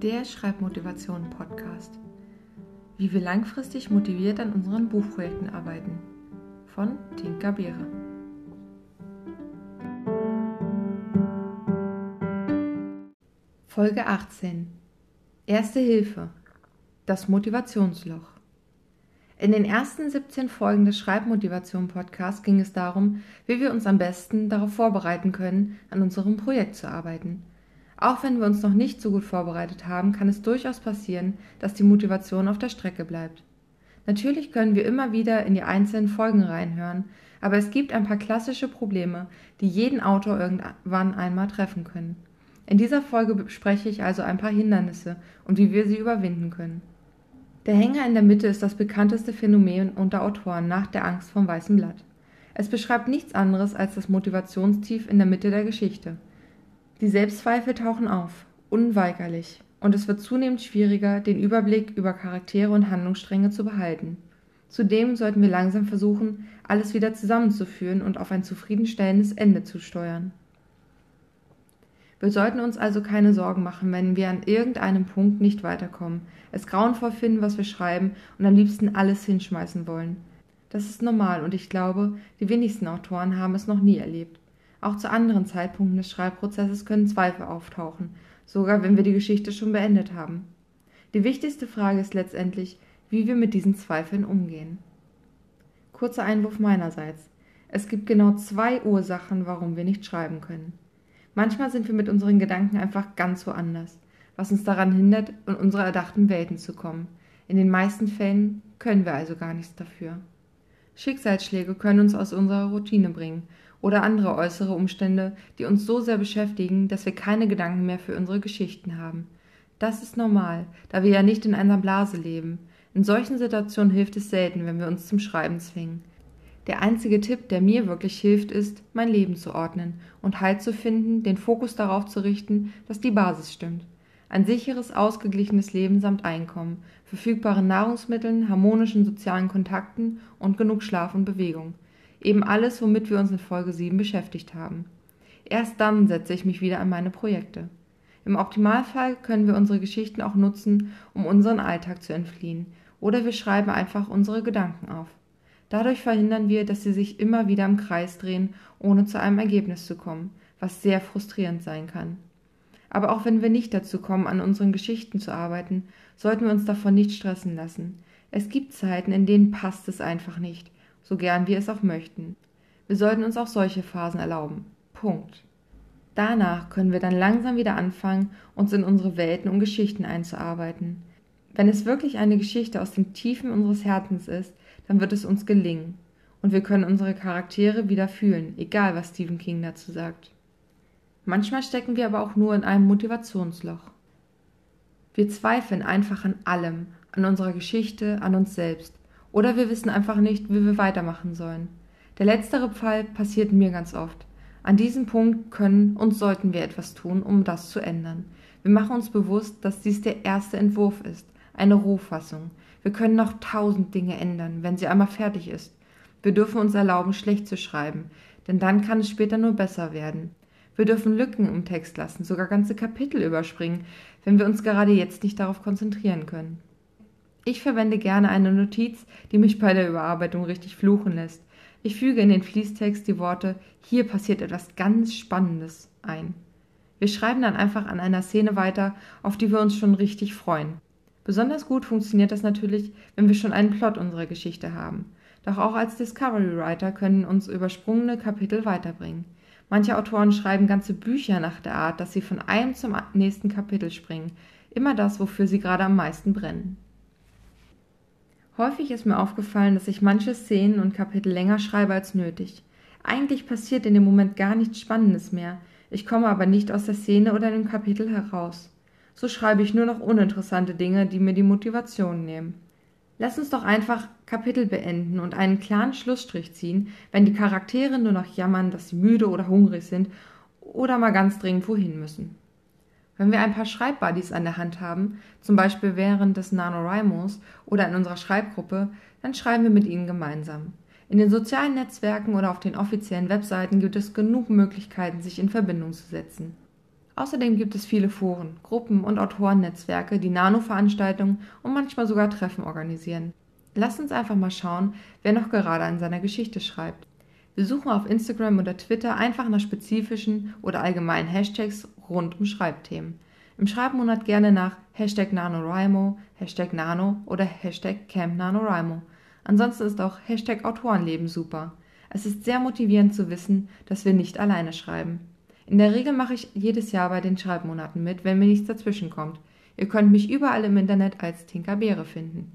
der Schreibmotivation-Podcast. Wie wir langfristig motiviert an unseren Buchprojekten arbeiten. Von Tinka Beere. Folge 18. Erste Hilfe. Das Motivationsloch. In den ersten 17 Folgen des Schreibmotivation-Podcasts ging es darum, wie wir uns am besten darauf vorbereiten können, an unserem Projekt zu arbeiten. Auch wenn wir uns noch nicht so gut vorbereitet haben, kann es durchaus passieren, dass die Motivation auf der Strecke bleibt. Natürlich können wir immer wieder in die einzelnen Folgen reinhören, aber es gibt ein paar klassische Probleme, die jeden Autor irgendwann einmal treffen können. In dieser Folge bespreche ich also ein paar Hindernisse und wie wir sie überwinden können. Der Hänger in der Mitte ist das bekannteste Phänomen unter Autoren nach der Angst vom weißen Blatt. Es beschreibt nichts anderes als das Motivationstief in der Mitte der Geschichte. Die Selbstzweifel tauchen auf, unweigerlich, und es wird zunehmend schwieriger, den Überblick über Charaktere und Handlungsstränge zu behalten. Zudem sollten wir langsam versuchen, alles wieder zusammenzuführen und auf ein zufriedenstellendes Ende zu steuern. Wir sollten uns also keine Sorgen machen, wenn wir an irgendeinem Punkt nicht weiterkommen, es grauenvoll finden, was wir schreiben und am liebsten alles hinschmeißen wollen. Das ist normal und ich glaube, die wenigsten Autoren haben es noch nie erlebt. Auch zu anderen Zeitpunkten des Schreibprozesses können Zweifel auftauchen, sogar wenn wir die Geschichte schon beendet haben. Die wichtigste Frage ist letztendlich, wie wir mit diesen Zweifeln umgehen. Kurzer Einwurf meinerseits. Es gibt genau 2 Ursachen, warum wir nicht schreiben können. Manchmal sind wir mit unseren Gedanken einfach ganz woanders, was uns daran hindert, in unsere erdachten Welten zu kommen. In den meisten Fällen können wir also gar nichts dafür. Schicksalsschläge können uns aus unserer Routine bringen oder andere äußere Umstände, die uns so sehr beschäftigen, dass wir keine Gedanken mehr für unsere Geschichten haben. Das ist normal, da wir ja nicht in einer Blase leben. In solchen Situationen hilft es selten, wenn wir uns zum Schreiben zwingen. Der einzige Tipp, der mir wirklich hilft, ist, mein Leben zu ordnen und Halt zu finden, den Fokus darauf zu richten, dass die Basis stimmt. Ein sicheres, ausgeglichenes Leben samt Einkommen, verfügbaren Nahrungsmitteln, harmonischen sozialen Kontakten und genug Schlaf und Bewegung. Eben alles, womit wir uns in Folge 7 beschäftigt haben. Erst dann setze ich mich wieder an meine Projekte. Im Optimalfall können wir unsere Geschichten auch nutzen, um unseren Alltag zu entfliehen, oder wir schreiben einfach unsere Gedanken auf. Dadurch verhindern wir, dass sie sich immer wieder im Kreis drehen, ohne zu einem Ergebnis zu kommen, was sehr frustrierend sein kann. Aber auch wenn wir nicht dazu kommen, an unseren Geschichten zu arbeiten, sollten wir uns davon nicht stressen lassen. Es gibt Zeiten, in denen passt es einfach nicht, so gern wir es auch möchten. Wir sollten uns auch solche Phasen erlauben. Punkt. Danach können wir dann langsam wieder anfangen, uns in unsere Welten und Geschichten einzuarbeiten. Wenn es wirklich eine Geschichte aus den Tiefen unseres Herzens ist, dann wird es uns gelingen. Und wir können unsere Charaktere wieder fühlen, egal was Stephen King dazu sagt. Manchmal stecken wir aber auch nur in einem Motivationsloch. Wir zweifeln einfach an allem, an unserer Geschichte, an uns selbst. Oder wir wissen einfach nicht, wie wir weitermachen sollen. Der letztere Fall passiert mir ganz oft. An diesem Punkt können und sollten wir etwas tun, um das zu ändern. Wir machen uns bewusst, dass dies der erste Entwurf ist, eine Rohfassung. Wir können noch 1000 Dinge ändern, wenn sie einmal fertig ist. Wir dürfen uns erlauben, schlecht zu schreiben, denn dann kann es später nur besser werden. Wir dürfen Lücken im Text lassen, sogar ganze Kapitel überspringen, wenn wir uns gerade jetzt nicht darauf konzentrieren können. Ich verwende gerne eine Notiz, die mich bei der Überarbeitung richtig fluchen lässt. Ich füge in den Fließtext die Worte „Hier passiert etwas ganz Spannendes" ein. Wir schreiben dann einfach an einer Szene weiter, auf die wir uns schon richtig freuen. Besonders gut funktioniert das natürlich, wenn wir schon einen Plot unserer Geschichte haben. Doch auch als Discovery Writer können uns übersprungene Kapitel weiterbringen. Manche Autoren schreiben ganze Bücher nach der Art, dass sie von einem zum nächsten Kapitel springen. Immer das, wofür sie gerade am meisten brennen. Häufig ist mir aufgefallen, dass ich manche Szenen und Kapitel länger schreibe als nötig. Eigentlich passiert in dem Moment gar nichts Spannendes mehr. Ich komme aber nicht aus der Szene oder dem Kapitel heraus. So schreibe ich nur noch uninteressante Dinge, die mir die Motivation nehmen. Lass uns doch einfach Kapitel beenden und einen klaren Schlussstrich ziehen, wenn die Charaktere nur noch jammern, dass sie müde oder hungrig sind oder mal ganz dringend wohin müssen. Wenn wir ein paar Schreibbuddies an der Hand haben, zum Beispiel während des NaNoWriMos oder in unserer Schreibgruppe, dann schreiben wir mit ihnen gemeinsam. In den sozialen Netzwerken oder auf den offiziellen Webseiten gibt es genug Möglichkeiten, sich in Verbindung zu setzen. Außerdem gibt es viele Foren, Gruppen und Autorennetzwerke, die Nano-Veranstaltungen und manchmal sogar Treffen organisieren. Lasst uns einfach mal schauen, wer noch gerade an seiner Geschichte schreibt. Wir suchen auf Instagram oder Twitter einfach nach spezifischen oder allgemeinen Hashtags rund um Schreibthemen. Im Schreibmonat gerne nach #NaNoWriMo, #Nano oder #CampNaNoWriMo. Ansonsten ist auch #Autorenleben super. Es ist sehr motivierend zu wissen, dass wir nicht alleine schreiben. In der Regel mache ich jedes Jahr bei den Schreibmonaten mit, wenn mir nichts dazwischen kommt. Ihr könnt mich überall im Internet als Tinkerbeere finden.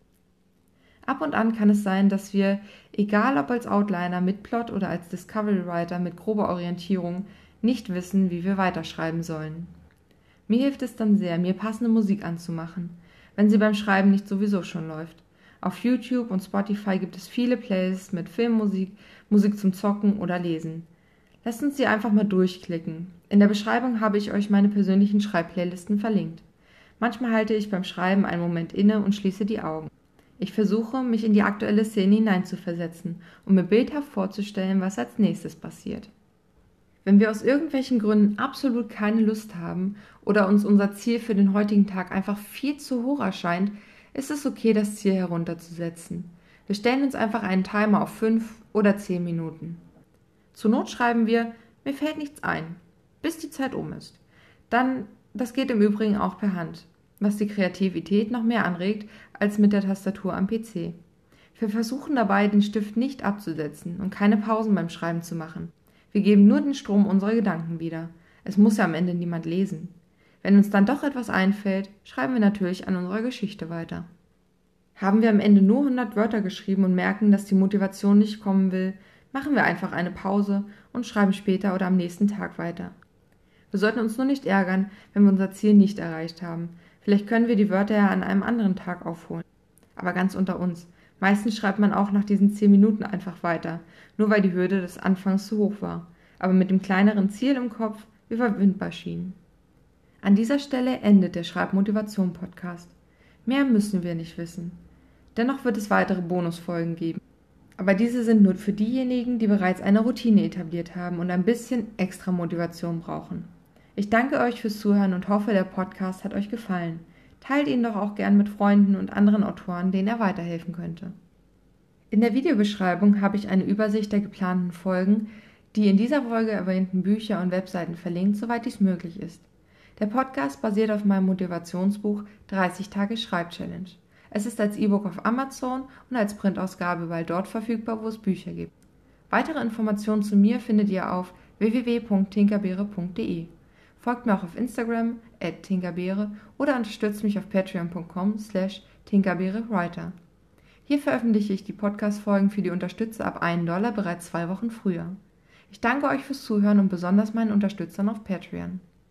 Ab und an kann es sein, dass wir, egal ob als Outliner mit Plot oder als Discovery Writer mit grober Orientierung, nicht wissen, wie wir weiterschreiben sollen. Mir hilft es dann sehr, mir passende Musik anzumachen, wenn sie beim Schreiben nicht sowieso schon läuft. Auf YouTube und Spotify gibt es viele Playlists mit Filmmusik, Musik zum Zocken oder Lesen. Lasst uns sie einfach mal durchklicken. In der Beschreibung habe ich euch meine persönlichen Schreibplaylisten verlinkt. Manchmal halte ich beim Schreiben einen Moment inne und schließe die Augen. Ich versuche, mich in die aktuelle Szene hineinzuversetzen, um mir bildhaft vorzustellen, was als nächstes passiert. Wenn wir aus irgendwelchen Gründen absolut keine Lust haben oder uns unser Ziel für den heutigen Tag einfach viel zu hoch erscheint, ist es okay, das Ziel herunterzusetzen. Wir stellen uns einfach einen Timer auf 5 oder 10 Minuten. Zur Not schreiben wir, mir fällt nichts ein, bis die Zeit um ist. Das geht im Übrigen auch per Hand, was die Kreativität noch mehr anregt als mit der Tastatur am PC. Wir versuchen dabei, den Stift nicht abzusetzen und keine Pausen beim Schreiben zu machen. Wir geben nur den Strom unserer Gedanken wieder. Es muss ja am Ende niemand lesen. Wenn uns dann doch etwas einfällt, schreiben wir natürlich an unserer Geschichte weiter. Haben wir am Ende nur 100 Wörter geschrieben und merken, dass die Motivation nicht kommen will, machen wir einfach eine Pause und schreiben später oder am nächsten Tag weiter. Wir sollten uns nur nicht ärgern, wenn wir unser Ziel nicht erreicht haben. Vielleicht können wir die Wörter ja an einem anderen Tag aufholen. Aber ganz unter uns. Meistens schreibt man auch nach diesen 10 Minuten einfach weiter, nur weil die Hürde des Anfangs zu hoch war, aber mit dem kleineren Ziel im Kopf überwindbar schien. An dieser Stelle endet der Schreibmotivation-Podcast. Mehr müssen wir nicht wissen. Dennoch wird es weitere Bonusfolgen geben. Aber diese sind nur für diejenigen, die bereits eine Routine etabliert haben und ein bisschen extra Motivation brauchen. Ich danke euch fürs Zuhören und hoffe, der Podcast hat euch gefallen. Teilt ihn doch auch gern mit Freunden und anderen Autoren, denen er weiterhelfen könnte. In der Videobeschreibung habe ich eine Übersicht der geplanten Folgen, die in dieser Folge erwähnten Bücher und Webseiten verlinkt, soweit dies möglich ist. Der Podcast basiert auf meinem Motivationsbuch 30 Tage Schreibchallenge. Es ist als E-Book auf Amazon und als Printausgabe überall dort verfügbar, wo es Bücher gibt. Weitere Informationen zu mir findet ihr auf www.tinkerbeere.de. Folgt mir auch auf Instagram @tinkerbeere oder unterstützt mich auf patreon.com/tinkerbeerewriter. Hier veröffentliche ich die Podcast-Folgen für die Unterstützer ab $1 bereits 2 Wochen früher. Ich danke euch fürs Zuhören und besonders meinen Unterstützern auf Patreon.